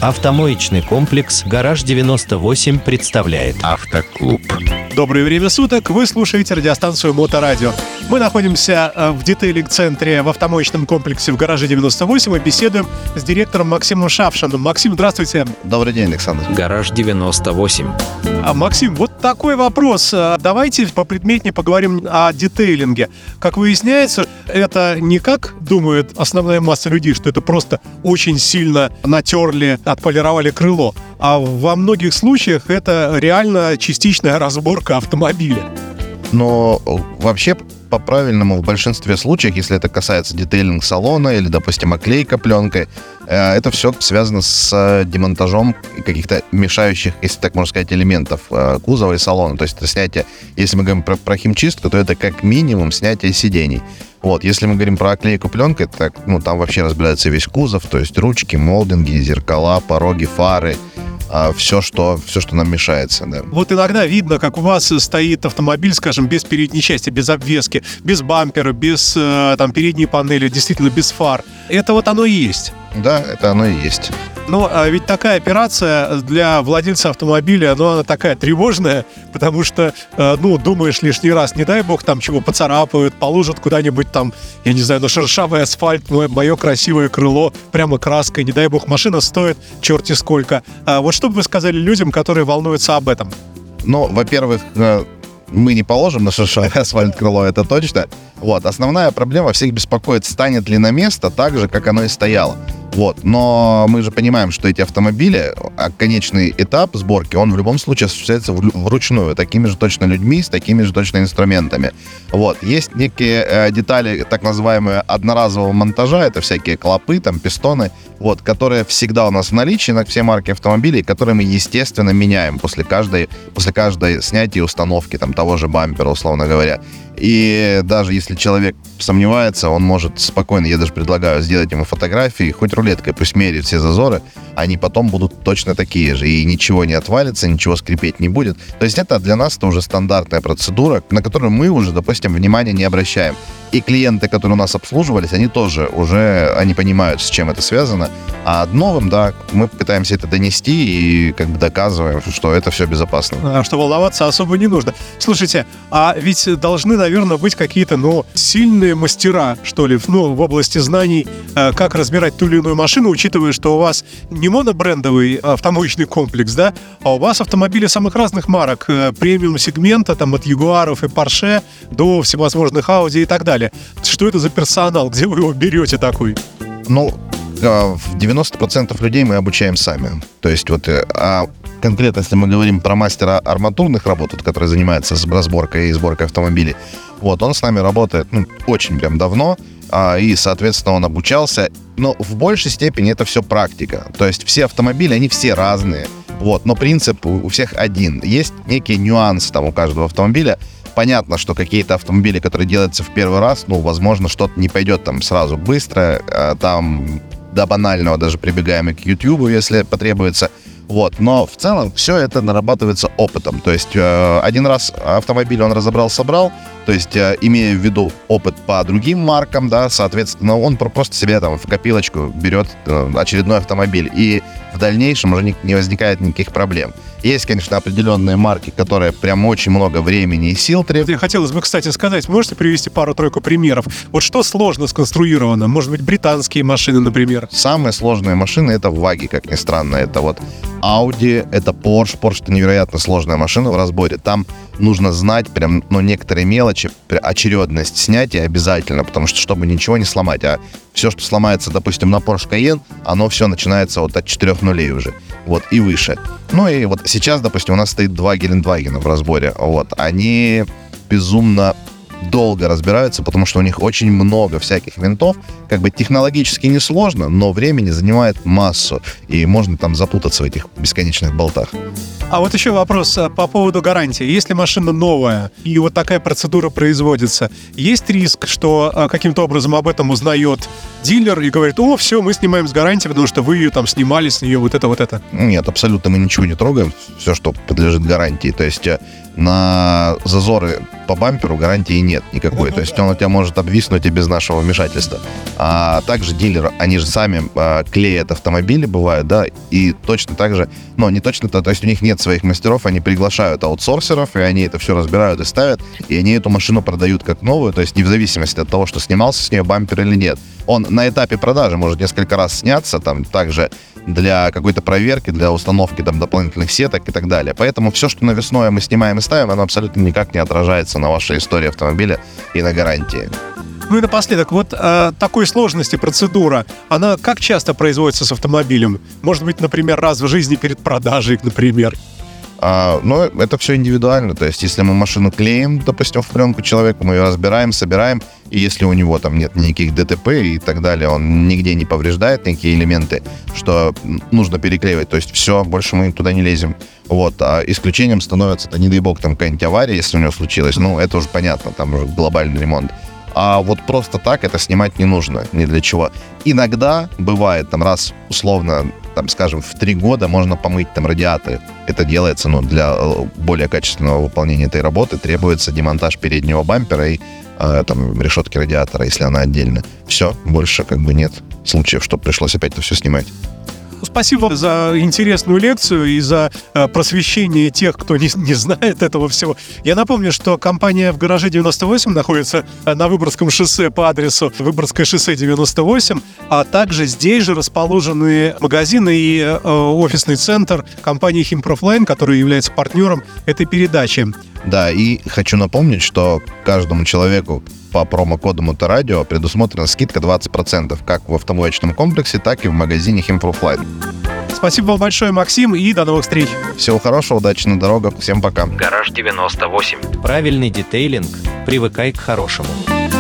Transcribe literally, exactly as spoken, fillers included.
Автомоечный комплекс «Гараж девяносто восемь» представляет Автоклуб. Доброе время суток, вы слушаете радиостанцию Моторадио. Мы находимся в детейлинг-центре в автомоечном комплексе в «Гараже девяносто восемь» и беседуем с директором Максимом Шапшиным. Максим, здравствуйте. Добрый день, Александр. «Гараж девяносто восемь». А, Максим, вот такой вопрос. Давайте попредметнее поговорим о детейлинге. Как выясняется, это не как думает основная масса людей, что это просто очень сильно натерли, отполировали крыло, а во многих случаях это реально частичная разборка автомобиля. Но вообще, по-правильному, в большинстве случаев, если это касается детейлинг-салона или, допустим, оклейка пленкой, это все связано с демонтажом каких-то мешающих, если так можно сказать, элементов кузова и салона. То есть это снятие, если мы говорим про, про химчистку, то это как минимум снятие сидений. Вот, если мы говорим про оклейку пленкой, так, ну, там вообще разбирается весь кузов, то есть ручки, молдинги, зеркала, пороги, фары, а, все, что, все, что нам мешается, да. Вот иногда видно, как у вас стоит автомобиль, скажем, без передней части, без обвески, без бампера, без там передней панели, действительно без фар. Это вот оно и есть. Да, это оно и есть. Но а ведь такая операция для владельца автомобиля, ну, она такая тревожная, потому что, ну, думаешь лишний раз, не дай бог, там чего поцарапают, положат куда-нибудь там, я не знаю, на шершавый асфальт, мое, мое красивое крыло, прямо краской, не дай бог, машина стоит черти сколько. А вот что бы вы сказали людям, которые волнуются об этом? Ну, во-первых, мы не положим на шершавый асфальт крыло, это точно. Вот, основная проблема всех беспокоит, станет ли на место так же, как оно и стояло. Вот, но мы же понимаем, что эти автомобили, а конечный этап сборки, он в любом случае осуществляется вручную, такими же точно людьми, с такими же точно инструментами. Вот, есть некие э, детали так называемые одноразового монтажа, это всякие клапы, там, пистоны, вот, которые всегда у нас в наличии на все марки автомобилей, которые мы, естественно, меняем после каждой, после каждой снятия и установки там, того же бампера, условно говоря. И даже если человек сомневается, он может спокойно, я даже предлагаю сделать ему фотографии, хоть рулеткой, пусть меряет все зазоры, они потом будут точно такие же, и ничего не отвалится, ничего скрипеть не будет. То есть это для нас это уже стандартная процедура, на которую мы уже, допустим, внимания не обращаем. И клиенты, которые у нас обслуживались, они тоже уже, они понимают, с чем это связано. А новым, да, мы пытаемся это донести и как бы доказываем, что это все безопасно. А что волноваться особо не нужно. Слушайте, а ведь должны, наверное, быть какие-то, ну, сильные мастера, что ли, ну, в области знаний, как разбирать ту или иную машину, учитывая, что у вас не монобрендовый автомоечный комплекс, да, а у вас автомобили самых разных марок, премиум-сегмента, там, от Ягуаров и Порше до всевозможных Ауди и так далее. Что это за персонал? Где вы его берете такой? Ну, в девяносто процентов людей мы обучаем сами. То есть вот, а конкретно, если мы говорим про мастера арматурных работ, который занимается разборкой и сборкой автомобилей, вот, он с нами работает, ну, очень прям давно, а, и, соответственно, он обучался. Но в большей степени это все практика. То есть все автомобили, они все разные. Вот, но принцип у всех один. Есть некие нюансы там у каждого автомобиля. Понятно, что какие-то автомобили, которые делаются в первый раз, ну, возможно, что-то не пойдет там сразу быстро, а, там до банального даже прибегаем и к YouTube, если потребуется. Вот, но в целом все это нарабатывается опытом. То есть э, один раз автомобиль он разобрал, собрал, то есть э, имея в виду опыт по другим маркам, да, соответственно, он просто себе там в копилочку берет э, очередной автомобиль, и в дальнейшем уже не, не возникает никаких проблем. Есть, конечно, определенные марки, которые прям очень много времени и сил требуют. Я хотелось бы, кстати, сказать, можете привести пару-тройку примеров? Вот что сложно сконструировано? Может быть, британские машины, например? Самые сложные машины — это ваги, как ни странно. Это вот Audi, это Porsche. Porsche — это невероятно сложная машина в разборе. Там нужно знать прям, ну, некоторые мелочи, очередность снятия обязательно, потому что, чтобы ничего не сломать. А все, что сломается, допустим, на Porsche Cayenne, оно все начинается вот от четырех нулей уже, вот, и выше. Ну и вот сейчас, допустим, у нас стоит два Гелендвагена в разборе, вот, они безумно долго разбираются, потому что у них очень много всяких винтов. Как бы технологически несложно, но времени занимает массу, и можно там запутаться в этих бесконечных болтах. А вот еще вопрос по поводу гарантии. Если машина новая, и вот такая процедура производится, есть риск, что каким-то образом об этом узнает дилер и говорит: о, все, мы снимаем с гарантии, потому что вы ее там снимали с нее, вот это, вот это? Нет, абсолютно мы ничего не трогаем, все, что подлежит гарантии. То есть на зазоры по бамперу гарантии нет никакой. Ну То есть да. он у тебя может обвиснуть и без нашего вмешательства. А также дилеры, они же сами а, клеят автомобили, бывают, да, и точно так же, ну, не точно, то, то есть у них нет своих мастеров, они приглашают аутсорсеров, и они это все разбирают и ставят, и они эту машину продают как новую, то есть не в зависимости от того, что снимался с нее бампер или нет. Он на этапе продажи может несколько раз сняться, там, также для какой-то проверки, для установки там дополнительных сеток и так далее. Поэтому все, что навесное мы снимаем и ставим, оно абсолютно никак не отражается на вашей истории автомобиля и на гарантии. Ну и напоследок, вот э, такой сложности процедура, она как часто производится с автомобилем? Может быть, например, раз в жизни перед продажей, например? А, но это все индивидуально. То есть, если мы машину клеим, допустим, в пленку человеку, мы ее разбираем, собираем, и если у него там нет никаких ДТП и так далее, он нигде не повреждает никакие элементы, что нужно переклеивать, то есть все, больше мы туда не лезем. Вот. А исключением становится, это не дай бог, там какая-нибудь авария, если у него случилась, ну, это уже понятно, там уже глобальный ремонт. А вот просто так это снимать не нужно, ни для чего. Иногда бывает, там раз, условно, там, скажем, в три года можно помыть там радиаторы. Это делается, ну, для более качественного выполнения этой работы требуется демонтаж переднего бампера и э, там решетки радиатора, если она отдельно. Все, больше как бы нет случаев, что пришлось опять это все снимать. Спасибо за интересную лекцию и за э, просвещение тех, кто не, не знает этого всего. Я напомню, что компания в гараже девяносто восемь находится э, на Выборгском шоссе по адресу Выборгское шоссе девяносто восемь, а также здесь же расположены магазины и э, офисный центр компании Химпрофлайн, который является партнером этой передачи. Да, и хочу напомнить, что каждому человеку по промокоду Моторадио предусмотрена скидка двадцать процентов как в автомоечном комплексе, так и в магазине Химпрофлайн. Спасибо вам большое, Максим, и до новых встреч. Всего хорошего, удачи на дорогах, всем пока. Гараж девяносто восемь. Правильный детейлинг. Привыкай к хорошему.